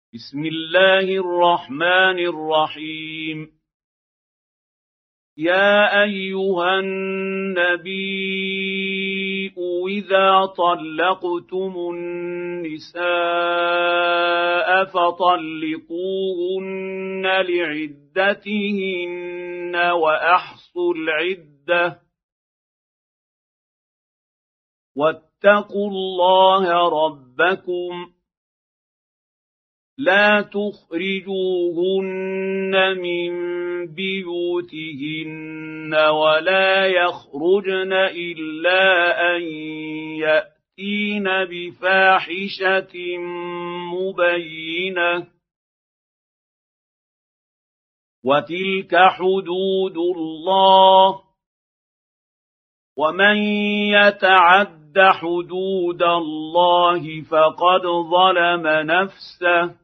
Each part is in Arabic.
بسم الله الرحمن الرحيم. يا أيها النبي إذا طلقتم النساء فطلقوهن لعدتهن وأحصوا العدة واتقوا الله ربكم لا تخرجوهن من بيوتهن ولا يخرجن إلا أن يأتين بفاحشة مبينة وتلك حدود الله ومن يتعد حدود الله فقد ظلم نفسه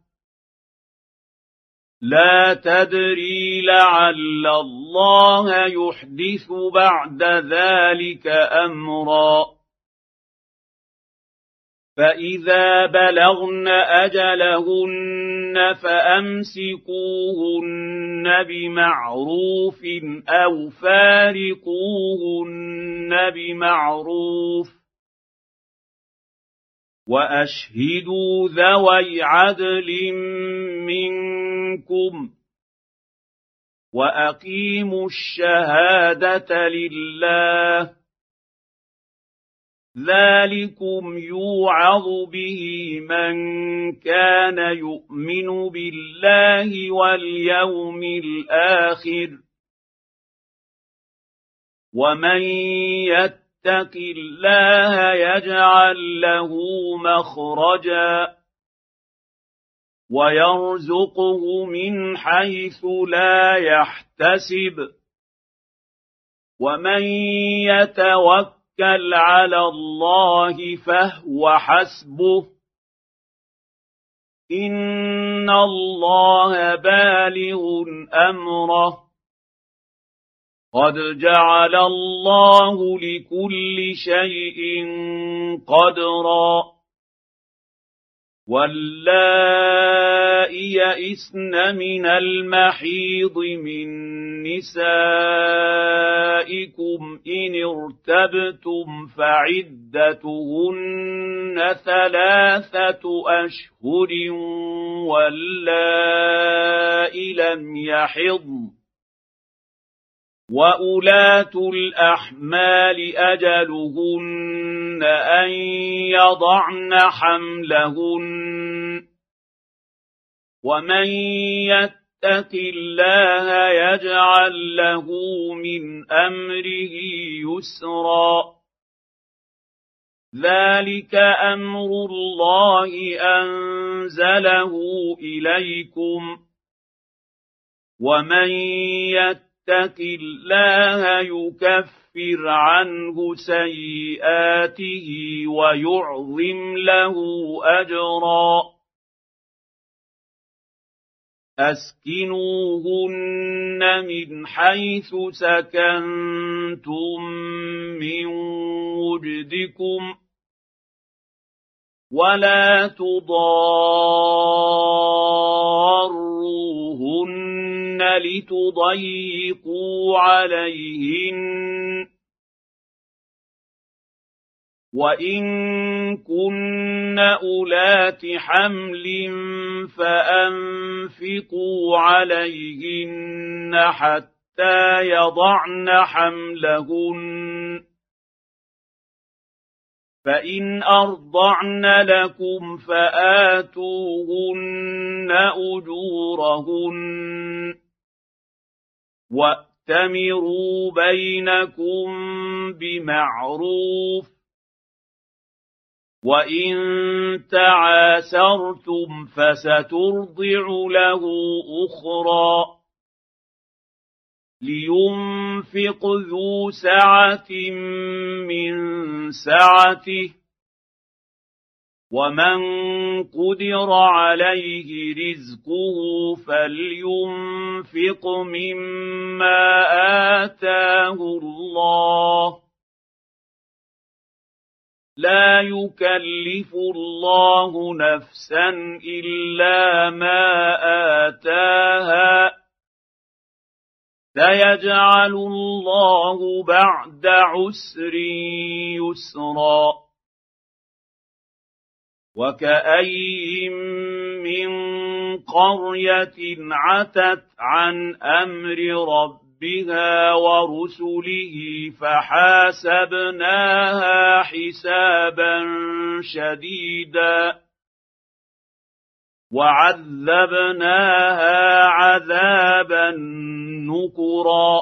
لا تدري لعل الله يحدث بعد ذلك أمرا فإذا بلغن أجلهن فأمسكوهن بمعروف أو فارقوهن بمعروف وأشهدوا ذوي عدل منكم وأقيموا الشهادة لله ذلكم يوعظ به من كان يؤمن بالله واليوم الآخر ومن يتق الله يجعل له مخرجا ويرزقه من حيث لا يحتسب ومن يتوكل على الله فهو حسبه إن الله بالغ أمره قد جعل الله لكل شيء قدرا واللائي يئسن من المحيض من نسائكم إن ارتبتم فعدتهن 3 أشهر واللائي لم يحضن وأولاة الأحمال أجلهن أن يضعن حملهن ومن يتق الله يجعل له من أمره يسرا ذلك أمر الله أنزله إليكم ومن يتق الله يكفر عنه سيئاته ويعظم له أجرا أسكنوهن من حيث سكنتم من وجدكم ولا تضاروهن لتضيقوا عليهن وإن كن أولات حمل فأنفقوا عليهن حتى يضعن حملهن فإن أرضعن لكم فآتوهن أجورهن وأتمروا بينكم بمعروف وإن تعاسرتم فسترضع له أخرى لينفق ذو سعة من سعته ومن قدر عليه رزقه فلينفق مما آتاه الله لا يكلف الله نفسا إلا ما آتاها سيجعل الله بعد عسر يسرا وكأين من قرية عتت عن أمر ربها ورسله فحاسبناها حسابا شديدا وعذبناها عذابا نكرا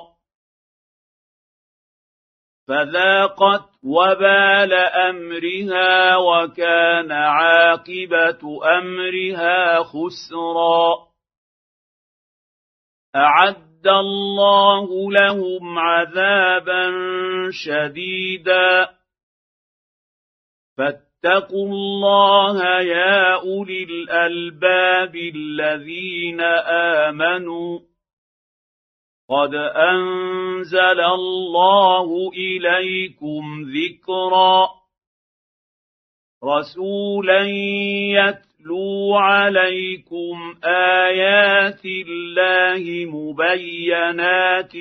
فذاقت وبال أمرها وكان عاقبة أمرها خسرا أعد الله لهم عذابا شديدا فاتقوا الله يا أولي الألباب الذين آمنوا قد أنزل الله إليكم ذكرا رسولا يتلو عليكم آيات الله مبينات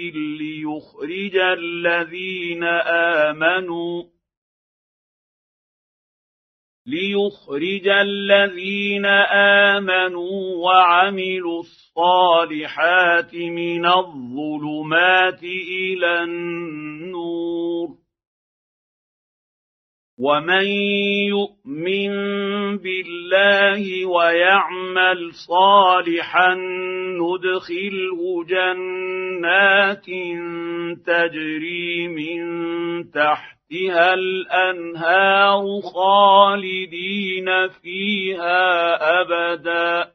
ليخرج الذين آمنوا وعملوا الصالحات من الظلمات إلى النور ومن يؤمن بالله ويعمل صالحا ندخله جنات تجري من تحتها الأنهار خالدين فيها أبدا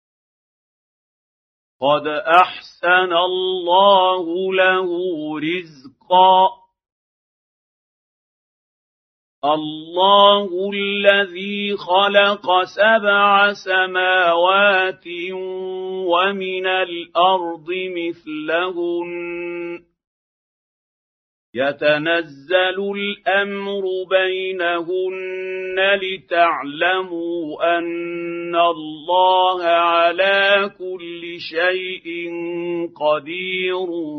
قد أحسن الله له رزقا الله الذي خلق 7 سماوات ومن الأرض مثلهن يتنزل الأمر بينهن لتعلموا أن الله على كل شيء قدير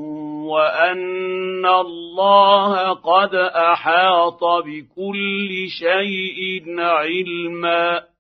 وأن الله قد أحاط بكل شيء علما